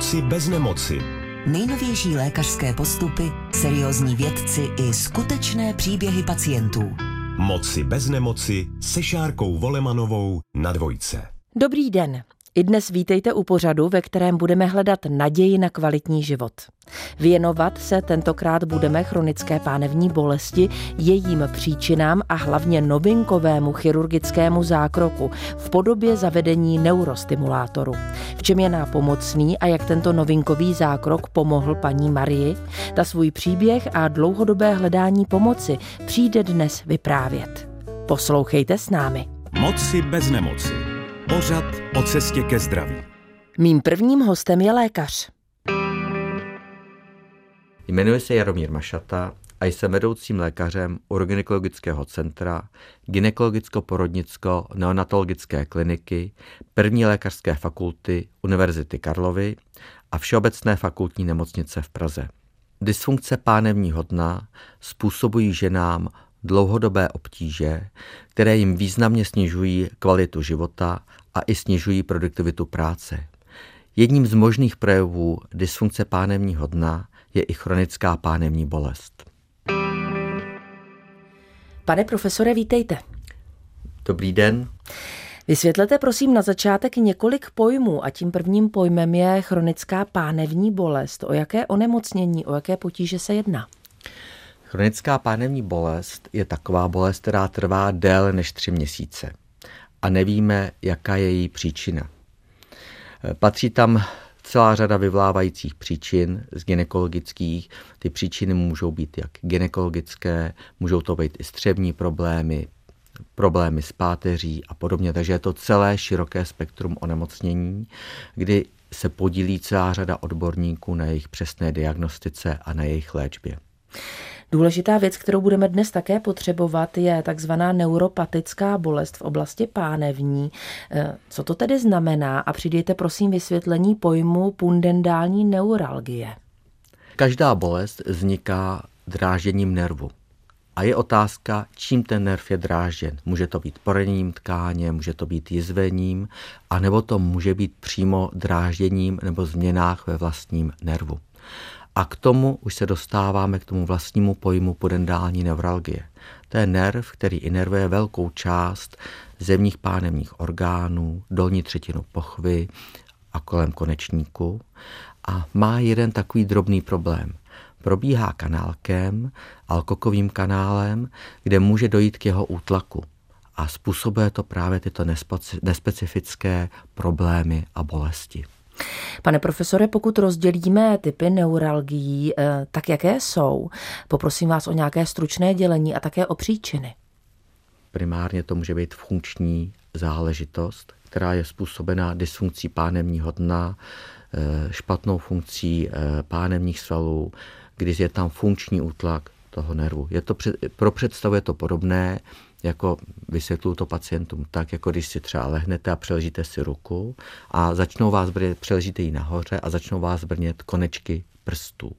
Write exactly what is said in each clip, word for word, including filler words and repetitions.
Moci bez nemoci. Nejnovější lékařské postupy, seriózní vědci i skutečné příběhy pacientů. Moci bez nemoci se Šárkou Volemanovou na Dvojce. Dobrý den. I dnes vítejte u pořadu, ve kterém budeme hledat naději na kvalitní život. Věnovat se tentokrát budeme chronické pánevní bolesti, jejím příčinám a hlavně novinkovému chirurgickému zákroku v podobě zavedení neurostimulátoru. V čem je nápomocný a jak tento novinkový zákrok pomohl paní Marii, ta svůj příběh a dlouhodobé hledání pomoci přijde dnes vyprávět. Poslouchejte s námi. Moci bez nemoci. Pořad o cestě ke zdraví. Mým prvním hostem je lékař. Jmenuji se Jaromír Mašata a jsem vedoucím lékařem urogynekologického centra, gynekologicko-porodnicko-neonatologické kliniky, první lékařské fakulty Univerzity Karlovy a Všeobecné fakultní nemocnice v Praze. Dysfunkce pánevního dna způsobují ženám dlouhodobé obtíže, které jim významně snižují kvalitu života a i snižují produktivitu práce. Jedním z možných projevů dysfunkce pánevního dna je i chronická pánevní bolest. Pane profesore, vítejte. Dobrý den. Vysvětlete prosím na začátek několik pojmů a tím prvním pojmem je chronická pánevní bolest. O jaké onemocnění, o jaké potíže se jedná? Chronická pánevní bolest je taková bolest, která trvá déle než tři měsíce a nevíme, jaká je její příčina. Patří tam celá řada vyvolávajících příčin z gynekologických. Ty příčiny můžou být jak gynekologické, můžou to být i střevní problémy, problémy s páteří a podobně. Takže je to celé široké spektrum onemocnění, kdy se podílí celá řada odborníků na jejich přesné diagnostice a na jejich léčbě. Důležitá věc, kterou budeme dnes také potřebovat, je takzvaná neuropatická bolest v oblasti pánevní. Co to tedy znamená? A přidejte prosím vysvětlení pojmu pudendální neuralgie. Každá bolest vzniká drážděním nervu. A je otázka, čím ten nerv je drážděn. Může to být poraněním tkáně, může to být jizvením, anebo to může být přímo drážděním nebo změnách ve vlastním nervu. A k tomu už se dostáváme k tomu vlastnímu pojmu pudendální neuralgie. To je nerv, který inervuje velkou část zemních pánevních orgánů, dolní třetinu pochvy a kolem konečníku a má jeden takový drobný problém. Probíhá kanálkem, Alcockovým kanálem, kde může dojít k jeho útlaku a způsobuje to právě tyto nespecifické problémy a bolesti. Pane profesore, pokud rozdělíme typy neuralgií, tak jaké jsou? Poprosím vás o nějaké stručné dělení a také o příčiny. Primárně to může být funkční záležitost, která je způsobená dysfunkcí pánevního dna, špatnou funkcí pánevních svalů, když je tam funkční útlak toho nervu. Je to, pro představu je to podobné, jako vysvětluju to pacientům, tak jako když si třeba lehnete a přeležíte si ruku a začnou vás brnět, přeležíte ji nahoře a začnou vás brnět konečky prstů.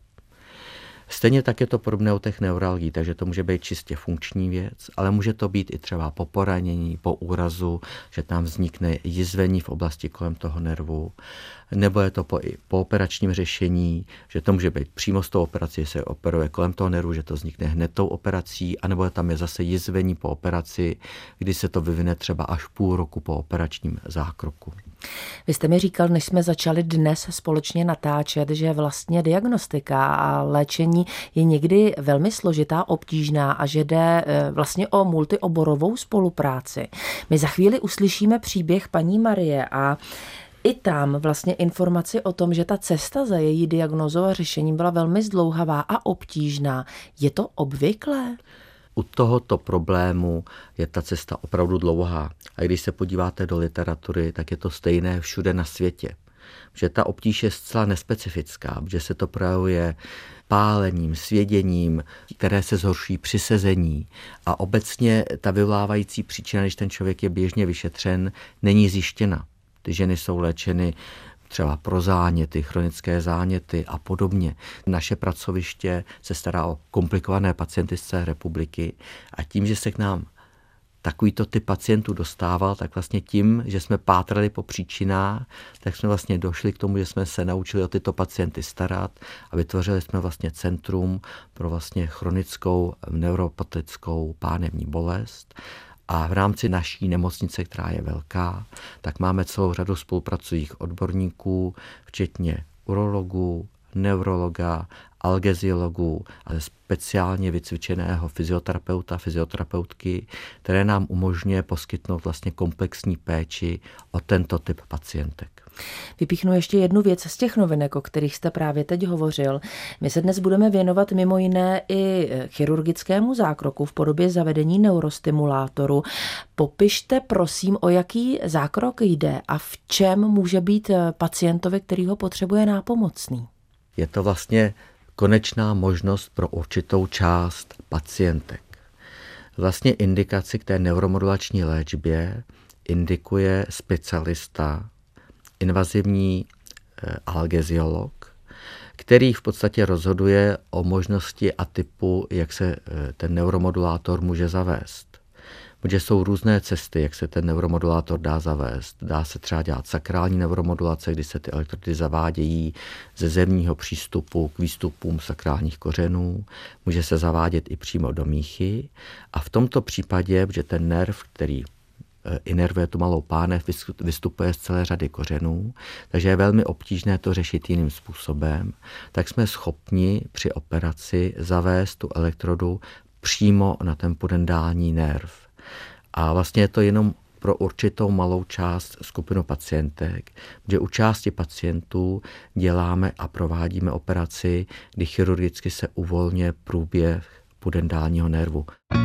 Stejně tak je to podobné u těch neuralgií, takže to může být čistě funkční věc, ale může to být i třeba po poranění, po úrazu, že tam vznikne jizvení v oblasti kolem toho nervu, nebo je to po, po operačním řešení, že to může být přímo s tou operací, že se operuje kolem toho nervu, že to vznikne hned tou operací, anebo tam je zase jizvení po operaci, kdy se to vyvine třeba až půl roku po operačním zákroku. Vy jste mi říkal, než jsme začali dnes společně natáčet, že vlastně diagnostika a léčení je někdy velmi složitá, obtížná a že jde vlastně o multioborovou spolupráci. My za chvíli uslyšíme příběh paní Marie a i tam vlastně informaci o tom, že ta cesta za její diagnózou a řešením byla velmi zdlouhavá a obtížná. Je to obvyklé? U tohoto problému je ta cesta opravdu dlouhá. A když se podíváte do literatury, tak je to stejné všude na světě. Že ta obtíž je zcela nespecifická, že se to projevuje pálením, svěděním, které se zhorší při sezení. A obecně ta vyvolávající příčina, když ten člověk je běžně vyšetřen, není zjištěna. Ty ženy jsou léčeny třeba pro záněty, chronické záněty a podobně. Naše pracoviště se stará o komplikované pacienty z celé republiky a tím, že se k nám takovýto typ pacientů dostával, tak vlastně tím, že jsme pátrali po příčinách, tak jsme vlastně došli k tomu, že jsme se naučili o tyto pacienty starat a vytvořili jsme vlastně centrum pro vlastně chronickou neuropatickou pánevní bolest. A v rámci naší nemocnice, která je velká, tak máme celou řadu spolupracujících odborníků, včetně urologů, neurologa, algeziologů a speciálně vycvičeného fyzioterapeuta, fyzioterapeutky, které nám umožňuje poskytnout vlastně komplexní péči o tento typ pacientek. Vypíchnu ještě jednu věc z těch novinek, o kterých jste právě teď hovořil. My se dnes budeme věnovat mimo jiné i chirurgickému zákroku v podobě zavedení neurostimulátoru. Popište prosím, o jaký zákrok jde a v čem může být pacientovi, který ho potřebuje, nápomocný. Je to vlastně konečná možnost pro určitou část pacientek. Vlastně indikaci k té neuromodulační léčbě indikuje specialista, invazivní algeziolog, který v podstatě rozhoduje o možnosti a typu, jak se ten neuromodulátor může zavést. Protože jsou různé cesty, jak se ten neuromodulátor dá zavést. Dá se třeba dělat sakrální neuromodulace, kdy se ty elektrody zavádějí ze zemního přístupu k výstupům sakrálních kořenů. Může se zavádět i přímo do míchy. A v tomto případě, že ten nerv, který inervuje tu malou pánev, vystupuje z celé řady kořenů, takže je velmi obtížné to řešit jiným způsobem, tak jsme schopni při operaci zavést tu elektrodu přímo na ten pudendální nerv. A vlastně je to jenom pro určitou malou část skupinu pacientek, kde u části pacientů děláme a provádíme operaci, kdy chirurgicky se uvolňuje průběh pudendálního nervu.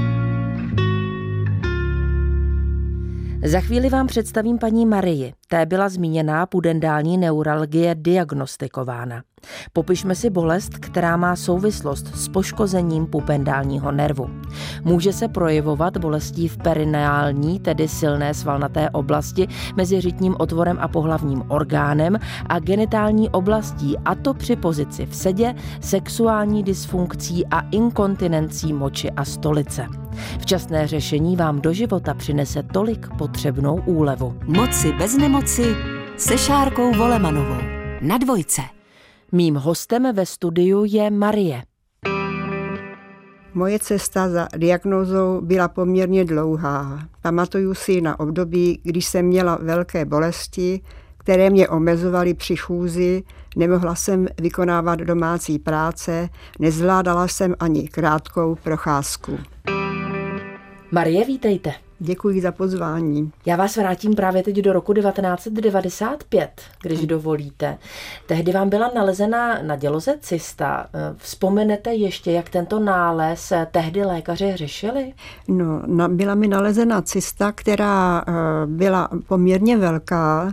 Za chvíli vám představím paní Marii. Té byla zmíněná pudendální neuralgie diagnostikována. Popišme si bolest, která má souvislost s poškozením pudendálního nervu. Může se projevovat bolestí v perineální, tedy silné svalnaté oblasti mezi řitním otvorem a pohlavním orgánem a genitální oblastí, a to při pozici v sedě, sexuální dysfunkcí a inkontinencí moči a stolice. Včasné řešení vám do života přinese tolik potřebnou úlevu. Moci bez nemoci se Šárkou Volemanovou na Dvojce. Mým hostem ve studiu je Marie. Moje cesta za diagnózou byla poměrně dlouhá. Pamatuju si na období, když jsem měla velké bolesti, které mě omezovaly při chůzi, nemohla jsem vykonávat domácí práce, nezvládala jsem ani krátkou procházku. Marie, vítejte. Děkuji za pozvání. Já vás vrátím právě teď do roku devatenáct set devadesát pět, když dovolíte. Tehdy vám byla nalezena na děloze cysta. Vzpomenete ještě, jak tento nález tehdy lékaři řešili? No, na, byla mi nalezena cysta, která uh, byla poměrně velká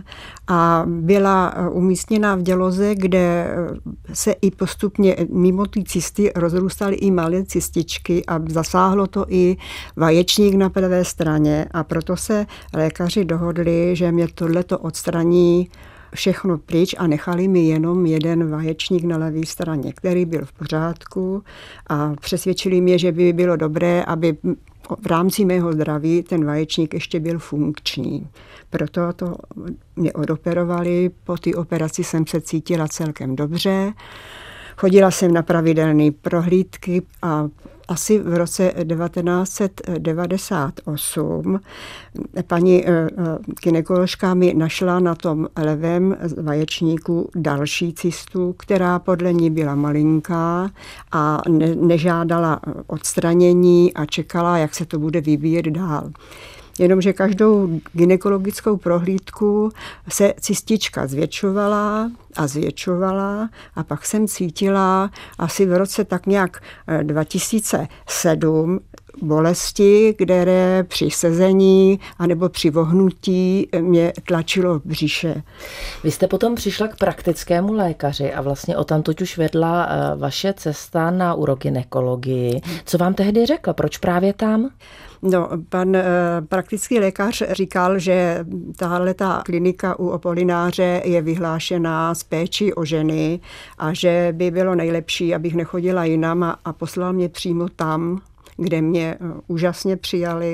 a byla umístěna v děloze, kde se i postupně mimo ty cysty rozrůstaly i malé cystičky a zasáhlo to i vaječník na pravé straně. A proto se lékaři dohodli, že mě tohleto odstraní všechno pryč a nechali mi jenom jeden vaječník na levé straně, který byl v pořádku, a přesvědčili mě, že by bylo dobré, aby v rámci mého zdraví ten vaječník ještě byl funkční. Proto to mě odoperovali, po té operaci jsem se cítila celkem dobře. Chodila jsem na pravidelné prohlídky a asi v roce devatenáct set devadesát osm paní gynekoložka mi našla na tom levém vaječníku další cystu, která podle ní byla malinká a ne, nežádala odstranění a čekala, jak se to bude vyvíjet dál. Jenomže každou gynekologickou prohlídku se cystička zvětšovala a zvětšovala a pak jsem cítila asi v roce tak nějak dva tisíce sedm bolesti, které při sezení anebo při vohnutí mě tlačilo v břiše. Vy jste potom přišla k praktickému lékaři a vlastně odtamtud už vedla vaše cesta na urogynekologii. Co vám tehdy řekla? Proč právě tam? No, pan e, praktický lékař říkal, že tahleta klinika u Apolináře je vyhlášená z péči o ženy a že by bylo nejlepší, abych nechodila jinam, a, a poslal mě přímo tam, kde mě úžasně přijali,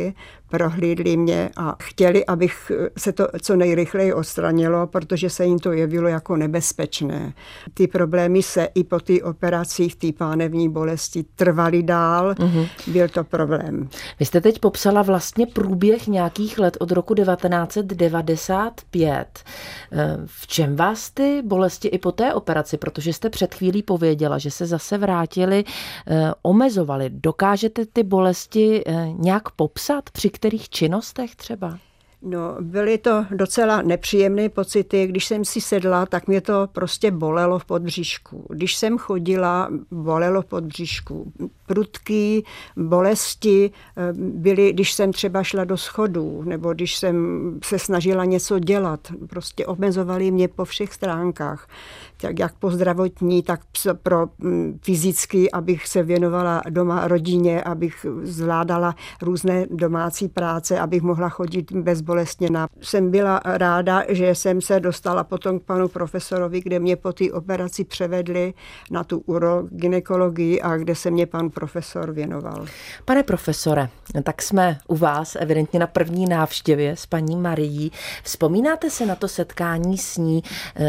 prohlídli mě a chtěli, abych se to co nejrychleji odstranilo, protože se jim to jevilo jako nebezpečné. Ty problémy se i po té operaci v té pánevní bolesti trvaly dál. Mm-hmm. Byl to problém. Vy jste teď popsala vlastně průběh nějakých let od roku devatenáct set devadesát pět. V čem vás ty bolesti i po té operaci, protože jste před chvílí pověděla, že se zase vrátily, omezovaly. Dokážete ty bolesti nějak popsat? Při kterých činnostech třeba? No, byly to docela nepříjemné pocity. Když jsem si sedla, tak mě to prostě bolelo v podbříšku. Když jsem chodila, bolelo v podbříšku. Prudký bolesti byly, když jsem třeba šla do schodů, nebo když jsem se snažila něco dělat. Prostě omezovaly mě po všech stránkách. Tak jak po zdravotní, tak pro fyzicky, abych se věnovala doma rodině, abych zvládala různé domácí práce, abych mohla chodit bezbolestně. Jsem byla ráda, že jsem se dostala potom k panu profesorovi, kde mě po té operaci převedli na tu urogynekologii a kde se mě pan profesor věnoval. Pane profesore, tak jsme u vás evidentně na první návštěvě s paní Marií. Vzpomínáte se na to setkání s ní?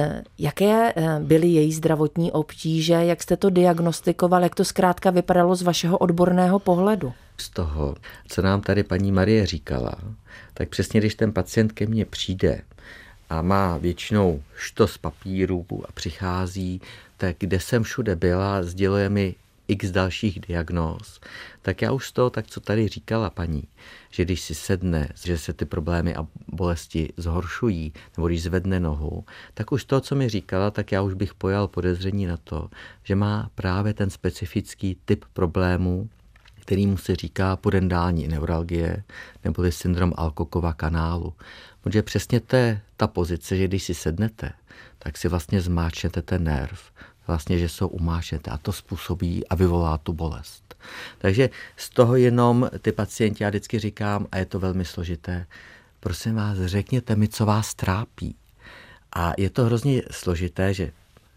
Jaké byly její zdravotní obtíže? Jak jste to diagnostikoval? Jak to zkrátka vypadalo z vašeho odborného pohledu? Z toho, co nám tady paní Marie říkala, tak přesně když ten pacient ke mně přijde a má většinou štos papírů a přichází, tak kde jsem všude byla, sděluje mi x dalších diagnóz, tak já už z toho, tak co tady říkala paní, že když si sedne, že se ty problémy a bolesti zhoršují, nebo když zvedne nohu, tak už to, co mi říkala, tak já už bych pojal podezření na to, že má právě ten specifický typ problémů, kterýmu se říká pudendální neuralgie, neboli syndrom Alcockova kanálu. Protože přesně to je ta pozice, že když si sednete, tak si vlastně zmáčnete ten nerv, vlastně, že se ho umáčnete a to způsobí a vyvolá tu bolest. Takže z toho jenom ty pacienti, já vždycky říkám, a je to velmi složité, prosím vás, řekněte mi, co vás trápí. A je to hrozně složité, že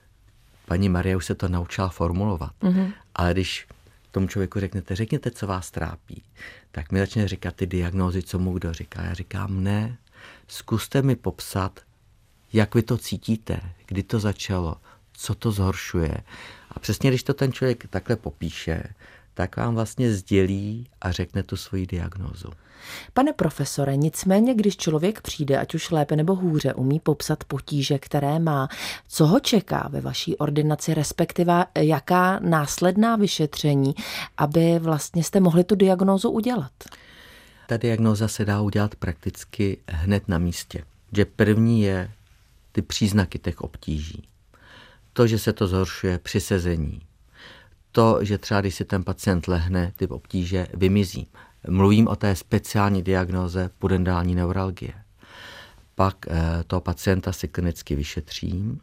paní Marie už se to naučila formulovat, mm-hmm. ale když tomu člověku řeknete, řekněte, co vás trápí, tak mi začne říkat ty diagnózy, co mu kdo říká. Já říkám, ne, zkuste mi popsat, jak vy to cítíte, kdy to začalo, co to zhoršuje. A přesně, když to ten člověk takhle popíše, tak vám vlastně sdělí a řekne tu svoji diagnózu. Pane profesore, nicméně, když člověk přijde, ať už lépe nebo hůře, umí popsat potíže, které má, co ho čeká ve vaší ordinaci, respektive jaká následná vyšetření, aby vlastně jste mohli tu diagnózu udělat? Ta diagnóza se dá udělat prakticky hned na místě. Že první je ty příznaky těch obtíží. To, že se to zhoršuje při sezení. To, že třeba když si ten pacient lehne, ty obtíže vymizí. Mluvím o té speciální diagnóze pudendální neuralgie. Pak eh, toho pacienta si klinicky vyšetřím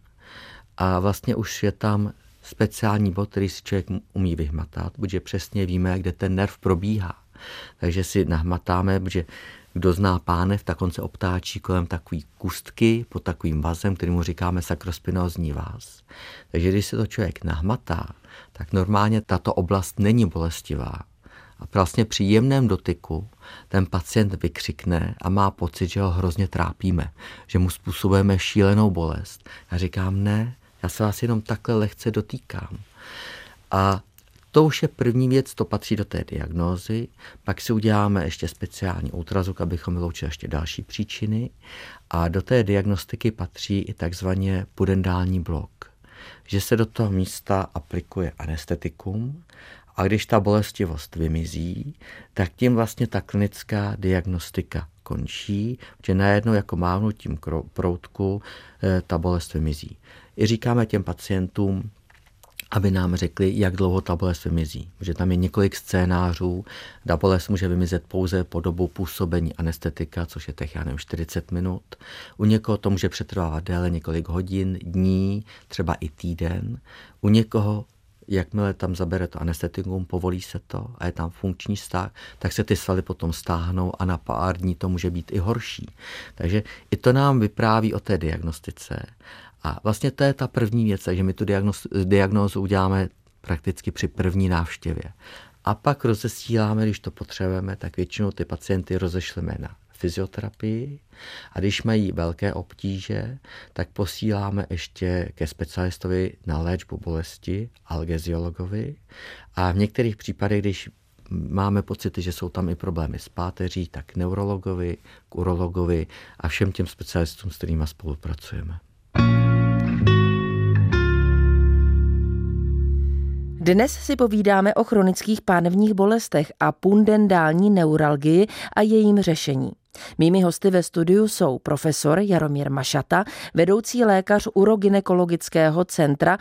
a vlastně už je tam speciální bod, který si člověk umí vyhmatat, protože přesně víme, kde ten nerv probíhá. Takže si nahmatáme, protože kdo zná pánev, tak on se obtáčí kolem takový kůstky pod takovým vazem, kterému říkáme sakrospinózní váz. Takže když se to člověk nahmatá, tak normálně tato oblast není bolestivá. A vlastně při jemném dotyku ten pacient vykřikne a má pocit, že ho hrozně trápíme, že mu způsobujeme šílenou bolest. Já říkám, ne, já se vás jenom takhle lehce dotýkám. A to už je první věc, to patří do té diagnózy, pak si uděláme ještě speciální ultrazvuk, abychom vyloučili ještě další příčiny a do té diagnostiky patří i takzvaně pudendální blok, že se do toho místa aplikuje anestetikum a když ta bolestivost vymizí, tak tím vlastně ta klinická diagnostika končí, že najednou jako mávnutím proutku ta bolest vymizí. I říkáme těm pacientům, aby nám řekli, jak dlouho ta bolest vymizí. Že tam je několik scénářů, ta bolest může vymizet pouze po dobu působení anestetika, což je těch, já nevím, čtyřicet minut. U někoho to může přetrvávat déle několik hodin, dní, třeba i týden. U někoho, jakmile tam zabere to anestetikum, povolí se to a je tam funkční stav, tak se ty svaly potom stáhnou a na pár dní to může být i horší. Takže i to nám vypráví o té diagnostice. A vlastně to je ta první věc, takže my tu diagnózu uděláme prakticky při první návštěvě. A pak rozesíláme, když to potřebujeme, tak většinou ty pacienty rozešleme na fyzioterapii a když mají velké obtíže, tak posíláme ještě ke specialistovi na léčbu bolesti, algeziologovi, a v některých případech, když máme pocity, že jsou tam i problémy s páteří, tak k neurologovi, k urologovi a všem těm specialistům, s kterými spolupracujeme. Dnes si povídáme o chronických pánevních bolestech a pudendální neuralgii a jejím řešení. Mými hosty ve studiu jsou profesor Jaromír Mašata, vedoucí lékař urogynekologického centra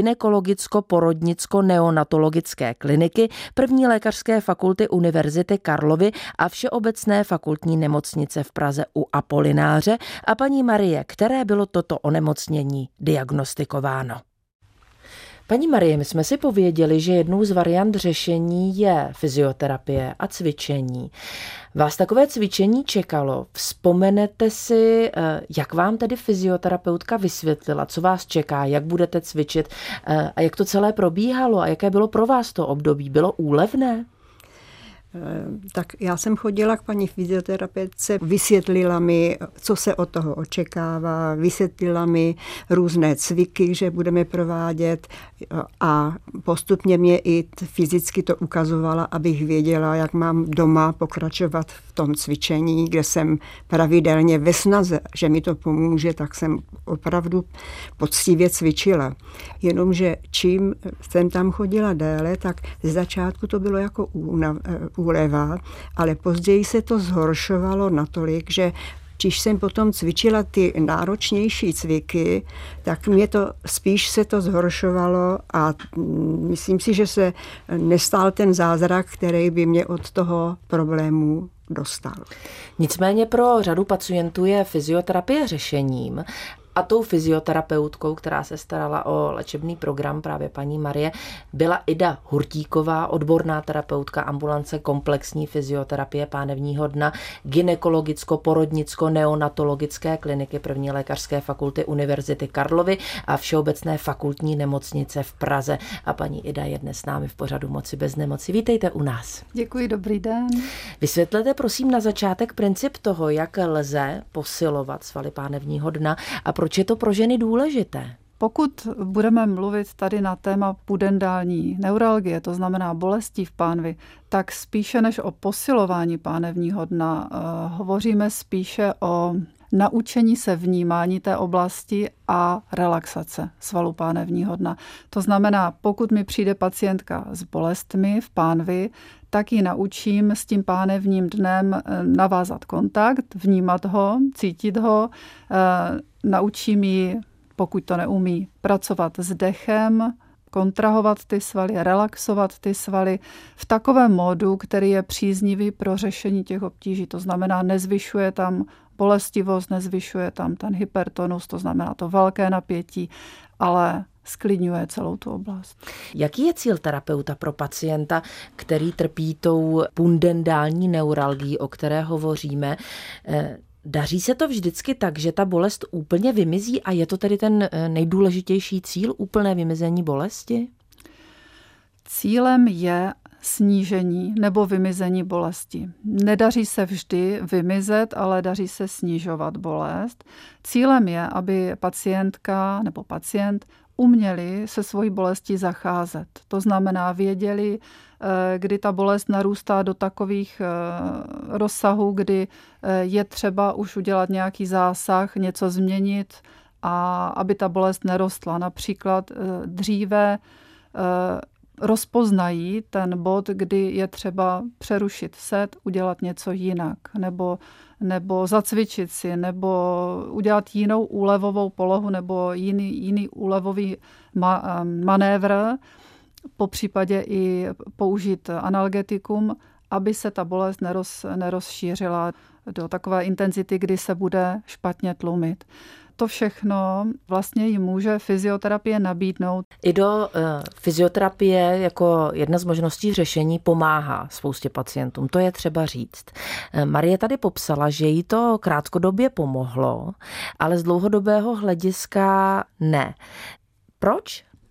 gynekologicko-porodnicko-neonatologické kliniky první lékařské fakulty Univerzity Karlovy a Všeobecné fakultní nemocnice v Praze u Apolináře a paní Marie, které bylo toto onemocnění diagnostikováno. Paní Marie, my jsme si pověděli, že jednou z variant řešení je fyzioterapie a cvičení. Vás takové cvičení čekalo? Vzpomenete si, jak vám tedy fyzioterapeutka vysvětlila, co vás čeká, jak budete cvičit a jak to celé probíhalo a jaké bylo pro vás to období? Bylo úlevné? Tak já jsem chodila k paní fyzioterapeutce, vysvětlila mi, co se od toho očekává, vysvětlila mi různé cviky, že budeme provádět a postupně mě i fyzicky to ukazovala, abych věděla, jak mám doma pokračovat v tom cvičení, kde jsem pravidelně ve snaze, že mi to pomůže, tak jsem opravdu poctivě cvičila. Jenomže čím jsem tam chodila déle, tak ze začátku to bylo jako únav, úleva, ale později se to zhoršovalo natolik, že když jsem potom cvičila ty náročnější cviky, tak mě to spíš se to zhoršovalo a myslím si, že se nestal ten zázrak, který by mě od toho problému dostal. Nicméně pro řadu pacientů je fyzioterapie řešením. A tou fyzioterapeutkou, která se starala o léčebný program, právě paní Marie, byla Ida Hurtíková, odborná terapeutka ambulance komplexní fyzioterapie pánevního dna, gynekologicko-porodnicko-neonatologické kliniky první lékařské fakulty Univerzity Karlovy a Všeobecné fakultní nemocnice v Praze. A paní Ida je dnes s námi v pořadu Moci bez nemoci. Vítejte u nás. Děkuji, dobrý den. Vysvětlete prosím na začátek princip toho, jak lze posilovat svaly pánevního dna a proč je to pro ženy důležité? Pokud budeme mluvit tady na téma pudendální neuralgie, to znamená bolesti v pánvi, tak spíše než o posilování pánevního dna, uh, hovoříme spíše o naučení se vnímání té oblasti a relaxace svalu pánevního dna. To znamená, pokud mi přijde pacientka s bolestmi v pánvi, tak ji naučím s tím pánevním dnem navázat kontakt, vnímat ho, cítit ho, naučím ji, pokud to neumí, pracovat s dechem, kontrahovat ty svaly, relaxovat ty svaly v takovém módu, který je příznivý pro řešení těch obtíží. To znamená, nezvyšuje tam bolestivost, nezvyšuje tam ten hypertonus, to znamená to velké napětí, ale sklidňuje celou tu oblast. Jaký je cíl terapeuta pro pacienta, který trpí tou pudendální neuralgií, o které hovoříme? Daří se to vždycky tak, že ta bolest úplně vymizí a je to tedy ten nejdůležitější cíl, úplné vymizení bolesti? Cílem je snížení nebo vymizení bolesti. Nedaří se vždy vymizet, ale daří se snižovat bolest. Cílem je, aby pacientka nebo pacient uměli se svojí bolestí zacházet. To znamená, věděli, kdy ta bolest narůstá do takových rozsahů, kdy je třeba už udělat nějaký zásah, něco změnit a aby ta bolest nerostla. Například dříve rozpoznají ten bod, kdy je třeba přerušit set, udělat něco jinak, nebo, nebo zacvičit si, nebo udělat jinou úlevovou polohu, nebo jiný, jiný úlevový ma, manévr, po případě i použít analgetikum, aby se ta bolest neroz, nerozšířila do takové intenzity, kdy se bude špatně tlumit. To všechno vlastně jim může fyzioterapie nabídnout. I do uh, fyzioterapie jako jedna z možností řešení pomáhá spoustě pacientům, to je třeba říct. Marie tady popsala, že jí to krátkodobě pomohlo, ale z dlouhodobého hlediska ne. Proč?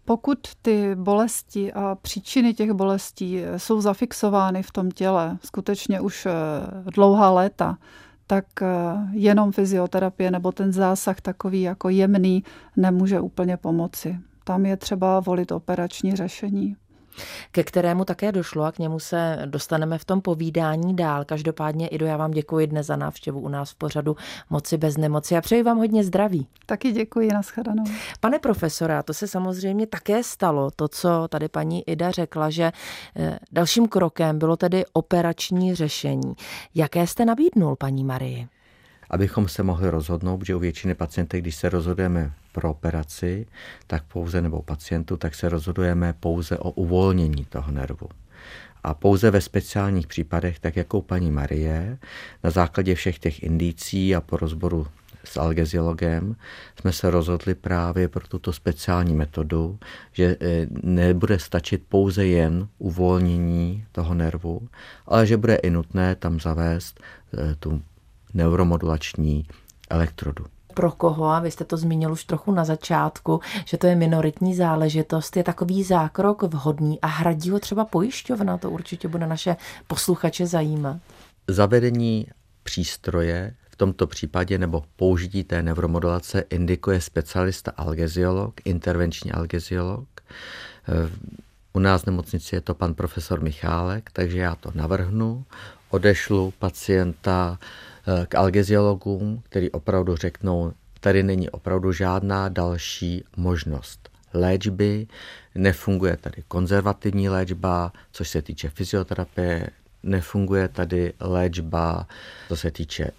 Pokud ty bolesti a příčiny těch bolestí jsou zafixovány v tom těle skutečně už dlouhá léta, tak jenom fyzioterapie nebo ten zásah takový jako jemný nemůže úplně pomoci. Tam je třeba volit operační řešení. Ke kterému také došlo a k němu se dostaneme v tom povídání dál. Každopádně, Ido, já vám děkuji dnes za návštěvu u nás v pořadu Moci bez nemoci a přeji vám hodně zdraví. Taky děkuji, nashledanou. Pane profesore, to se samozřejmě také stalo, to, co tady paní Ida řekla, že dalším krokem bylo tedy operační řešení. Jaké jste nabídnul, paní Marii? Abychom se mohli rozhodnout, že u většiny pacientů, když se rozhodujeme pro operaci, tak pouze nebo pacientu, tak se rozhodujeme pouze o uvolnění toho nervu. A pouze ve speciálních případech, tak jako u paní Marie, na základě všech těch indicí a po rozboru s algeziologem, jsme se rozhodli právě pro tuto speciální metodu, že nebude stačit pouze jen uvolnění toho nervu, ale že bude i nutné tam zavést tu neuromodulační elektrodu. Pro koho, a vy jste to zmínil už trochu na začátku, že to je minoritní záležitost, je takový zákrok vhodný a hradí ho třeba pojišťovna, to určitě bude naše posluchače zajímat. Zavedení přístroje v tomto případě nebo použití té neuromodulace indikuje specialista algeziolog, intervenční algeziolog. U nás v nemocnici je to pan profesor Michálek, takže já to navrhnu, odešlu pacienta k algeziologům, který opravdu řeknou, tady není opravdu žádná další možnost léčby, nefunguje tady konzervativní léčba, což se týče fyzioterapie, nefunguje tady léčba, co se týče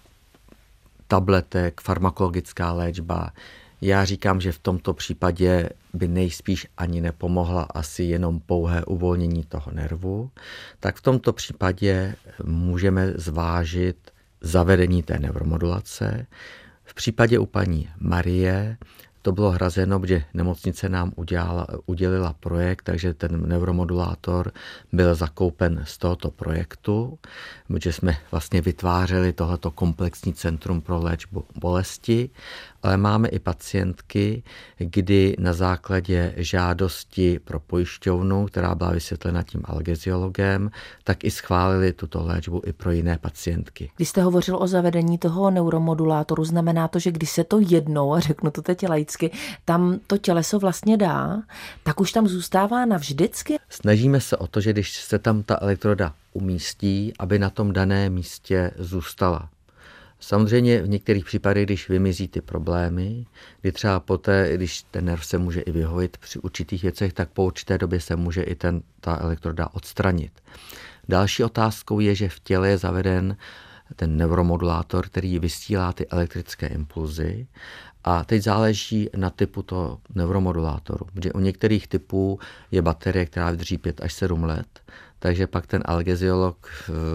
tabletek, farmakologická léčba. Já říkám, že v tomto případě by nejspíš ani nepomohla asi jenom pouhé uvolnění toho nervu, tak v tomto případě můžeme zvážit zavedení té neuromodulace. V případě u paní Marie to bylo hrazeno, protože nemocnice nám udělala, udělila projekt, takže ten neuromodulátor byl zakoupen z tohoto projektu, protože jsme vlastně vytvářeli tohleto komplexní centrum pro léčbu bolesti, ale máme i pacientky, kdy na základě žádosti pro pojišťovnu, která byla vysvětlena tím algeziologem, tak i schválili tuto léčbu i pro jiné pacientky. Když jste hovořil o zavedení toho neuromodulátoru, znamená to, že když se to jednou, a řeknu to teď laicky, tam to těleso vlastně dá, tak už tam zůstává navždycky? Snažíme se o to, že když se tam ta elektroda umístí, aby na tom daném místě zůstala. Samozřejmě v některých případech, když vymizí ty problémy, kdy třeba poté, když ten nerv se může i vyhojit při určitých věcech, tak po určité době se může i ten, ta elektroda odstranit. Další otázkou je, že v těle je zaveden ten neuromodulátor, který vysílá ty elektrické impulzy. A teď záleží na typu toho neuromodulátoru, protože u některých typů je baterie, která vydrží pět až sedm let, takže pak ten algeziolog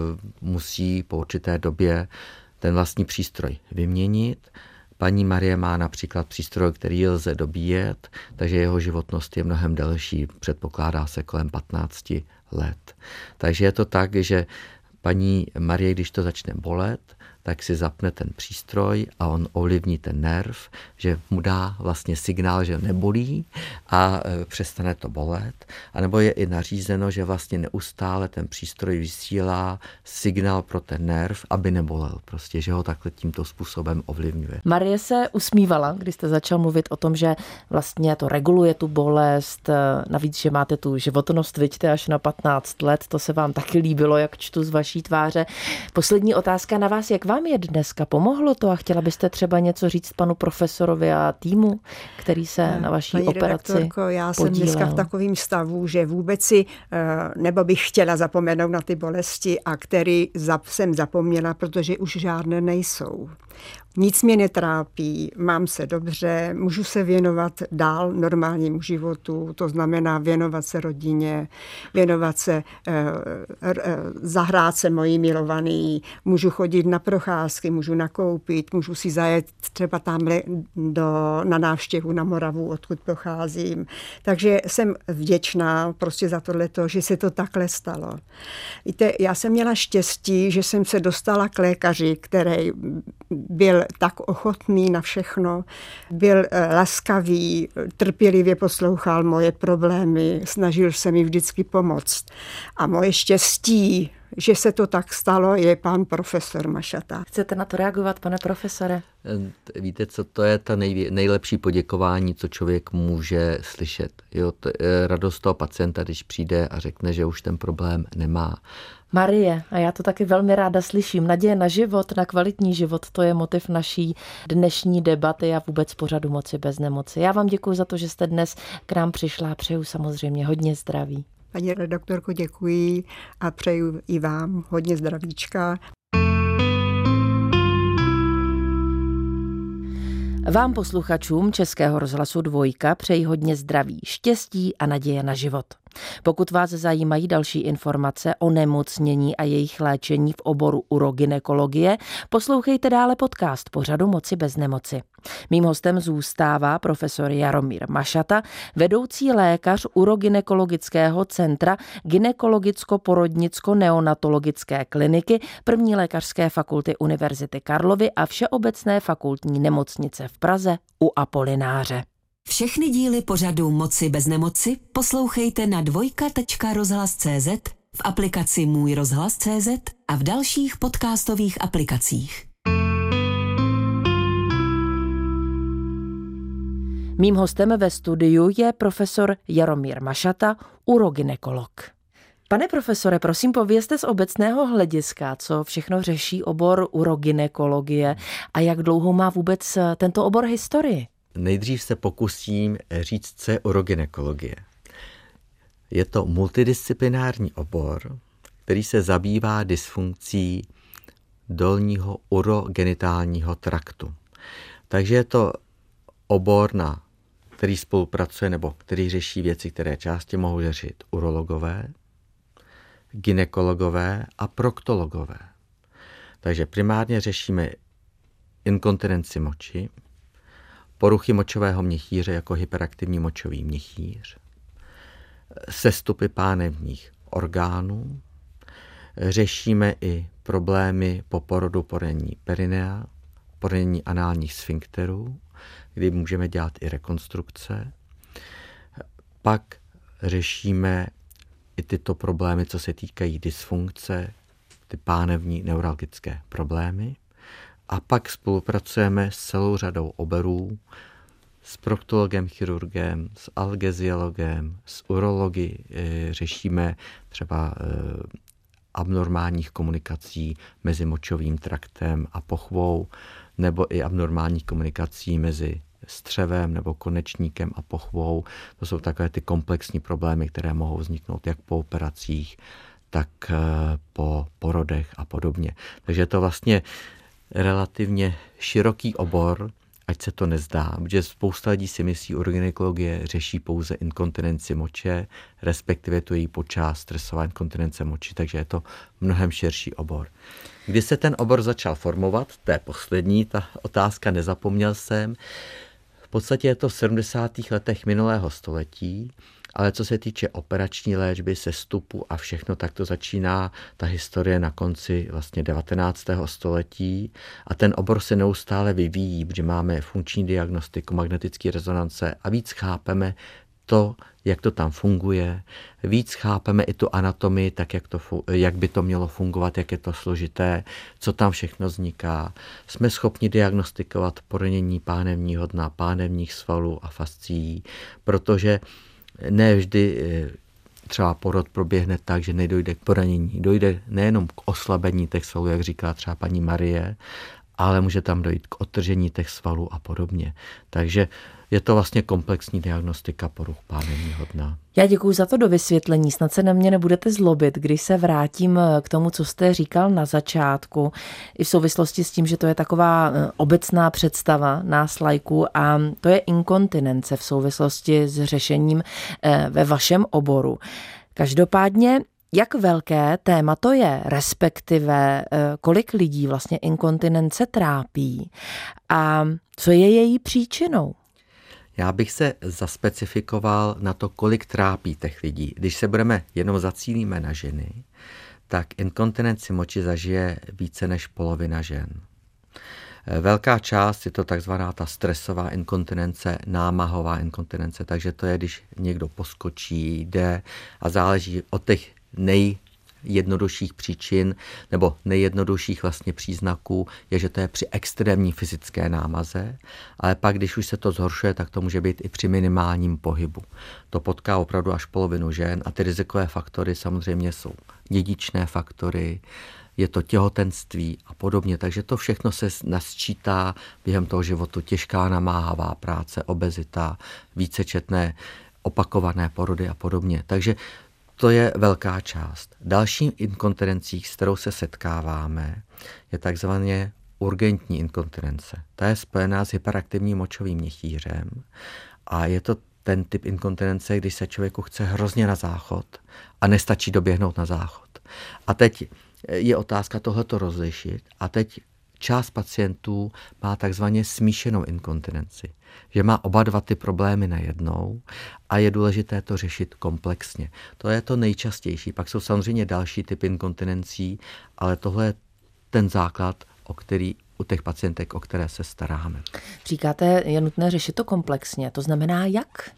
musí po určité době ten vlastní přístroj vyměnit. Paní Marie má například přístroj, který lze dobíjet, takže jeho životnost je mnohem delší, předpokládá se kolem patnáct let. Takže je to tak, že paní Marie, když to začne bolet, tak si zapne ten přístroj a on ovlivní ten nerv, že mu dá vlastně signál, že nebolí a přestane to bolet. A nebo je i nařízeno, že vlastně neustále ten přístroj vysílá signál pro ten nerv, aby nebolel. Prostě, že ho takhle tímto způsobem ovlivňuje. Marie se usmívala, když jste začal mluvit o tom, že vlastně to reguluje tu bolest, navíc, že máte tu životnost, vidíte, až na patnáct let, to se vám taky líbilo, jak čtu z vaší tváře. Poslední otázka na vás, jak vám je dneska? Pomohlo to a chtěla byste třeba něco říct panu profesorovi a týmu, který se na vaší Paní operaci redaktorko, já jsem podílel? dneska v takovém stavu, že vůbec si, nebo bych chtěla zapomenout na ty bolesti, a který jsem zapomněla, protože už žádné nejsou. Nic mě netrápí, mám se dobře, můžu se věnovat dál normálnímu životu, to znamená věnovat se rodině, věnovat se, zahrát se mojí milovaný, můžu chodit na procházky, můžu nakoupit, můžu si zajet třeba tamhle do, na návštěvu na Moravu, odkud pocházím. Takže jsem vděčná prostě za tohleto, že se to takhle stalo. Víte, já jsem měla štěstí, že jsem se dostala k lékaři, který byl tak ochotný na všechno, byl laskavý, trpělivě poslouchal moje problémy, snažil se mi vždycky pomoct. A moje štěstí, že se to tak stalo, je pan profesor Mašata. Chcete na to reagovat, pane profesore? Víte, co to je ta nej, nejlepší poděkování, co člověk může slyšet. Jo, to je radost toho pacienta, když přijde a řekne, že už ten problém nemá. Marie, a já to taky velmi ráda slyším, naděje na život, na kvalitní život, to je motiv naší dnešní debaty a vůbec pořadu Moci bez nemoci. Já vám děkuji za to, že jste dnes k nám přišla a přeju samozřejmě hodně zdraví. Paní redaktorko, děkuji a přeju i vám hodně zdravíčka. Vám posluchačům Českého rozhlasu Dvojka přeji hodně zdraví, štěstí a naděje na život. Pokud vás zajímají další informace o nemocnění a jejich léčení v oboru urogynekologie, poslouchejte dále podcast pořadu Moci bez nemoci. Mým hostem zůstává profesor Jaromír Mašata, vedoucí lékař urogynekologického centra gynekologicko-porodnicko-neonatologické kliniky první lékařské fakulty Univerzity Karlovy a Všeobecné fakultní nemocnice v Praze u Apolináře. Všechny díly pořadu Moci bez nemoci poslouchejte na dvojka tečka rozhlas tečka cé zet, v aplikaci Můj rozhlas tečka cé zet a v dalších podcastových aplikacích. Mým hostem ve studiu je profesor Jaromír Mašata, urogynekolog. Pane profesore, prosím povězte z obecného hlediska, co všechno řeší obor urogynekologie a jak dlouho má vůbec tento obor historii? Nejdřív se pokusím říct, co je urogynekologie. Je to multidisciplinární obor, který se zabývá dysfunkcí dolního urogenitálního traktu. Takže je to obor, na který spolupracuje nebo který řeší věci, které části mohou řešit urologové, gynekologové a proktologové. Takže primárně řešíme inkontinenci moči, poruchy močového měchýře jako hyperaktivní močový měchýř, sestupy pánevních orgánů, řešíme i problémy po porodu poranění perinea, poranění análních sfinkterů, kdy můžeme dělat i rekonstrukce. Pak řešíme i tyto problémy, co se týkají dysfunkce, ty pánevní neuralgické problémy. A pak spolupracujeme s celou řadou oborů, s proktologem, chirurgem, s algeziologem, s urology. Řešíme třeba abnormálních komunikací mezi močovým traktem a pochvou, nebo i abnormálních komunikací mezi střevem nebo konečníkem a pochvou. To jsou takové ty komplexní problémy, které mohou vzniknout jak po operacích, tak po porodech a podobně. Takže je to vlastně relativně široký obor, ať se to nezdá, protože spousta lidí si myslí, že urogynekologie řeší pouze inkontinenci moče, respektive tu její počást stresová inkontinence moči, takže je to mnohem širší obor. Kdy se ten obor začal formovat, to je poslední, ta otázka, nezapomněl jsem. V podstatě je to v sedmdesátých letech minulého století, ale co se týče operační léčby, sestupu a všechno, tak to začíná ta historie na konci vlastně devatenáctého století a ten obor se neustále vyvíjí, protože máme funkční diagnostiku, magnetické rezonance a víc chápeme to, jak to tam funguje, víc chápeme i tu anatomii, tak jak, to, jak by to mělo fungovat, jak je to složité, co tam všechno vzniká. Jsme schopni diagnostikovat poranění pánevního dna, pánevních svalů a fascií, protože ne vždy třeba porod proběhne tak, že nedojde k poranění. Dojde nejenom k oslabení těch svalů, jak říká třeba paní Marie, ale může tam dojít k odtržení těch svalů a podobně. Takže je to vlastně komplexní diagnostika poruch pánevního dna. Já děkuji za to dovysvětlení. Snad se na mě nebudete zlobit, když se vrátím k tomu, co jste říkal na začátku, i v souvislosti s tím, že to je taková obecná představa nás laiků a to je inkontinence v souvislosti s řešením ve vašem oboru. Každopádně, jak velké téma to je, respektive kolik lidí vlastně inkontinence trápí a co je její příčinou? Já bych se zaspecifikoval na to, kolik trápí těch lidí. Když se budeme jenom zacílíme na ženy, tak inkontinenci moči zažije více než polovina žen. Velká část je to takzvaná ta stresová inkontinence, námahová inkontinence, takže to je, když někdo poskočí, jde a záleží od těch nejjednodušších příčin nebo nejjednodušších vlastně příznaků, je, že to je při extrémní fyzické námaze, ale pak, když už se to zhoršuje, tak to může být i při minimálním pohybu. To potká opravdu až polovinu žen a ty rizikové faktory samozřejmě jsou dědičné faktory, je to těhotenství a podobně, takže to všechno se nasčítá během toho životu. Těžká namáhavá práce, obezita, vícečetné opakované porody a podobně. Takže to je velká část. Další inkontinencí, s kterou se setkáváme, je takzvaně urgentní inkontinence. Ta je spojená s hyperaktivním močovým měchýřem a je to ten typ inkontinence, když se člověku chce hrozně na záchod a nestačí doběhnout na záchod. A teď je otázka tohleto rozlišit a teď část pacientů má takzvaně smíšenou inkontinenci, že má oba dva ty problémy najednou a je důležité to řešit komplexně. To je to nejčastější. Pak jsou samozřejmě další typy inkontinencí, ale tohle je ten základ, o který u těch pacientek, o které se staráme. Říkáte, je nutné řešit to komplexně. To znamená jak?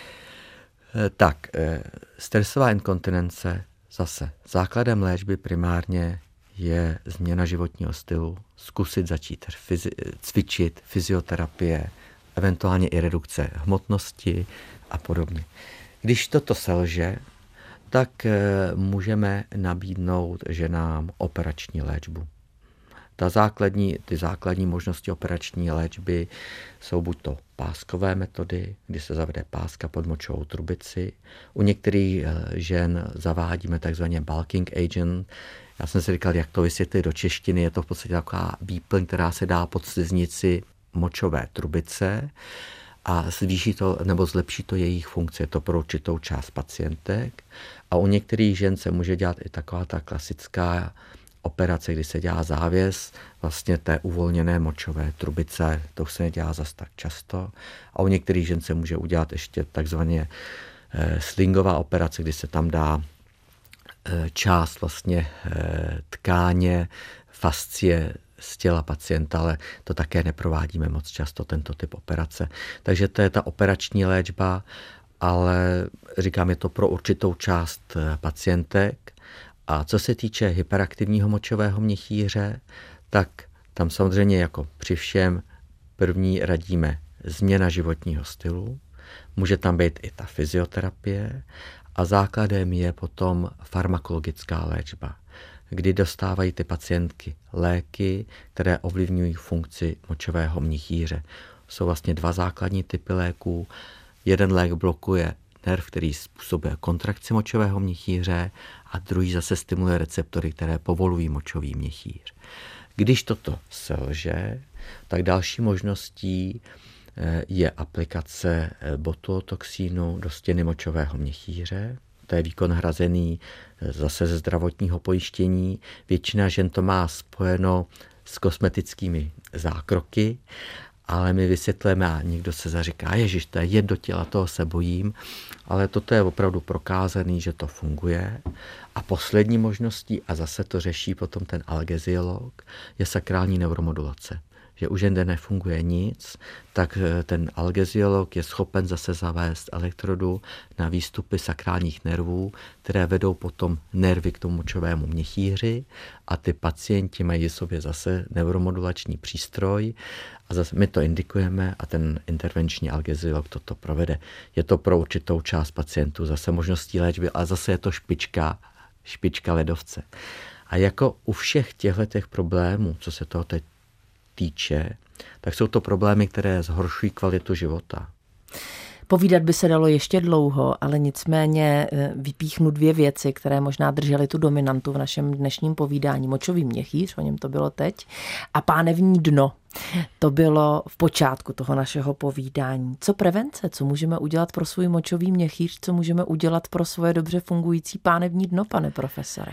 Tak, stresová inkontinence zase. Základem léčby primárně je změna životního stylu, zkusit začít fyzi- cvičit, fyzioterapie, eventuálně i redukce hmotnosti a podobně. Když toto selže, tak můžeme nabídnout ženám operační léčbu. Ta základní, ty základní možnosti operační léčby jsou buď to páskové metody, kdy se zavede páska pod močovou trubici. U některých žen zavádíme takzvaně bulking agent. Já jsem si říkal, jak to vysvětlit do češtiny. Je to v podstatě taková výplň, která se dá pod sliznici močové trubice a zvýší to nebo zlepší to jejich funkci. Je to pro určitou část pacientek. A u některých žen se může dělat i taková ta klasická operace, kdy se dělá závěs vlastně té uvolněné močové trubice, to už se nedělá zas tak často. A u některých žen se může udělat ještě takzvaně slingová operace, kdy se tam dá část vlastně tkáně, fascie z těla pacienta, ale to také neprovádíme moc často, tento typ operace. Takže to je ta operační léčba, ale říkám, je to pro určitou část pacientek. A co se týče hyperaktivního močového měchýře, tak tam samozřejmě jako při všem první radíme změna životního stylu, může tam být i ta fyzioterapie a základem je potom farmakologická léčba, kdy dostávají ty pacientky léky, které ovlivňují funkci močového měchýře. Jsou vlastně dva základní typy léků. Jeden lék blokuje nerv, který způsobuje kontrakci močového měchýře a druhý zase stimuluje receptory, které povolují močový měchýř. Když toto selže, tak další možností je aplikace botulotoxínu do stěny močového měchýře. To je výkon hrazený zase ze zdravotního pojištění. Většina žen to má spojeno s kosmetickými zákroky, ale my vysvětlíme a někdo se zaříká, ježiš, to je jed do těla, toho se bojím, ale toto je opravdu prokázaný, že to funguje. A poslední možností, a zase to řeší potom ten algeziolog, je sakrální neuromodulace. Že už jen nefunguje nic, tak ten algeziolog je schopen zase zavést elektrodu na výstupy sakrálních nervů, které vedou potom nervy k tomu močovému měchýři a ty pacienti mají v sobě zase neuromodulační přístroj a zase my to indikujeme a ten intervenční algeziolog toto provede. Je to pro určitou část pacientů zase možností léčby, ale zase je to špička, špička ledovce. A jako u všech těchto problémů, co se toho teď týče, tak jsou to problémy, které zhoršují kvalitu života. Povídat by se dalo ještě dlouho, ale nicméně vypíchnu dvě věci, které možná držely tu dominantu v našem dnešním povídání. Močový měchýř, o něm to bylo teď, a pánevní dno. To bylo v počátku toho našeho povídání. Co prevence? Co můžeme udělat pro svůj močový měchýř? Co můžeme udělat pro svoje dobře fungující pánevní dno, pane profesore?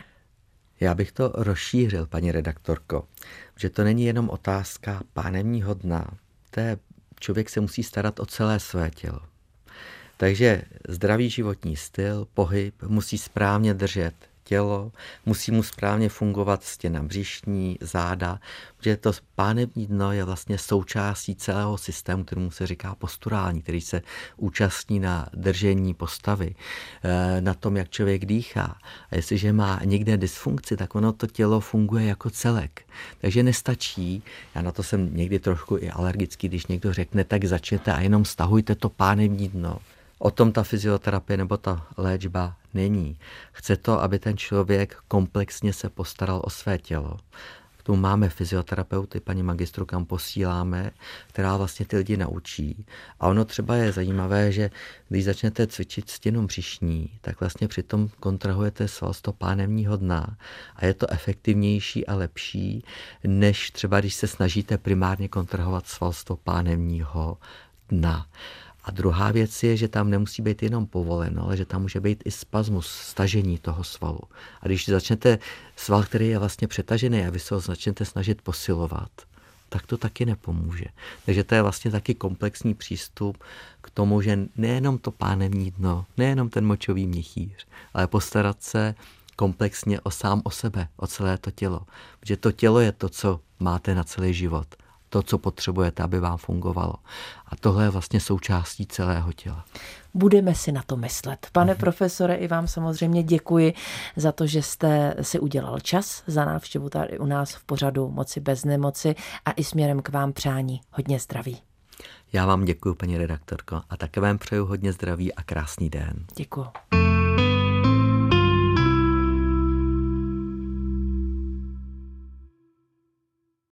Já bych to rozšířil, paní redaktorko, že to není jenom otázka pánevního dna. To je, člověk se musí starat o celé své tělo. Takže zdravý životní styl, pohyb musí správně držet tělo, musí mu správně fungovat stěna břišní, záda, protože to pánevní dno je vlastně součástí celého systému, kterému se říká posturální, který se účastní na držení postavy, na tom, jak člověk dýchá. A jestliže má někde dysfunkci, tak ono to tělo funguje jako celek. Takže nestačí, já na to jsem někdy trošku i alergický, když někdo řekne, tak začněte a jenom stahujte to pánevní dno. O tom ta fyzioterapie nebo ta léčba není. Chce to, aby ten člověk komplexně se postaral o své tělo. Tu máme fyzioterapeuty, paní magistru, kam posíláme, která vlastně ty lidi naučí. A ono třeba je zajímavé, že když začnete cvičit stěnu břišní, tak vlastně přitom kontrahujete svalstvo pánevního dna a je to efektivnější a lepší, než třeba když se snažíte primárně kontrahovat svalstvo pánevního dna. A druhá věc je, že tam nemusí být jenom povoleno, ale že tam může být i spasmus, stažení toho svalu. A když začnete sval, který je vlastně přetažený a vy se ho začnete snažit posilovat, tak to taky nepomůže. Takže to je vlastně taky komplexní přístup k tomu, že nejenom to pánevní dno, nejenom ten močový měchýř, ale postarat se komplexně o sám o sebe, o celé to tělo. Protože to tělo je to, co máte na celý život. To, co potřebujete, aby vám fungovalo. A tohle je vlastně součástí celého těla. Budeme si na to myslet. Pane profesore, i vám samozřejmě děkuji za to, že jste si udělal čas za návštěvu tady u nás v pořadu Moci bez nemoci a i směrem k vám přání hodně zdraví. Já vám děkuji, paní redaktorko, a také vám přeju hodně zdraví a krásný den. Děkuji.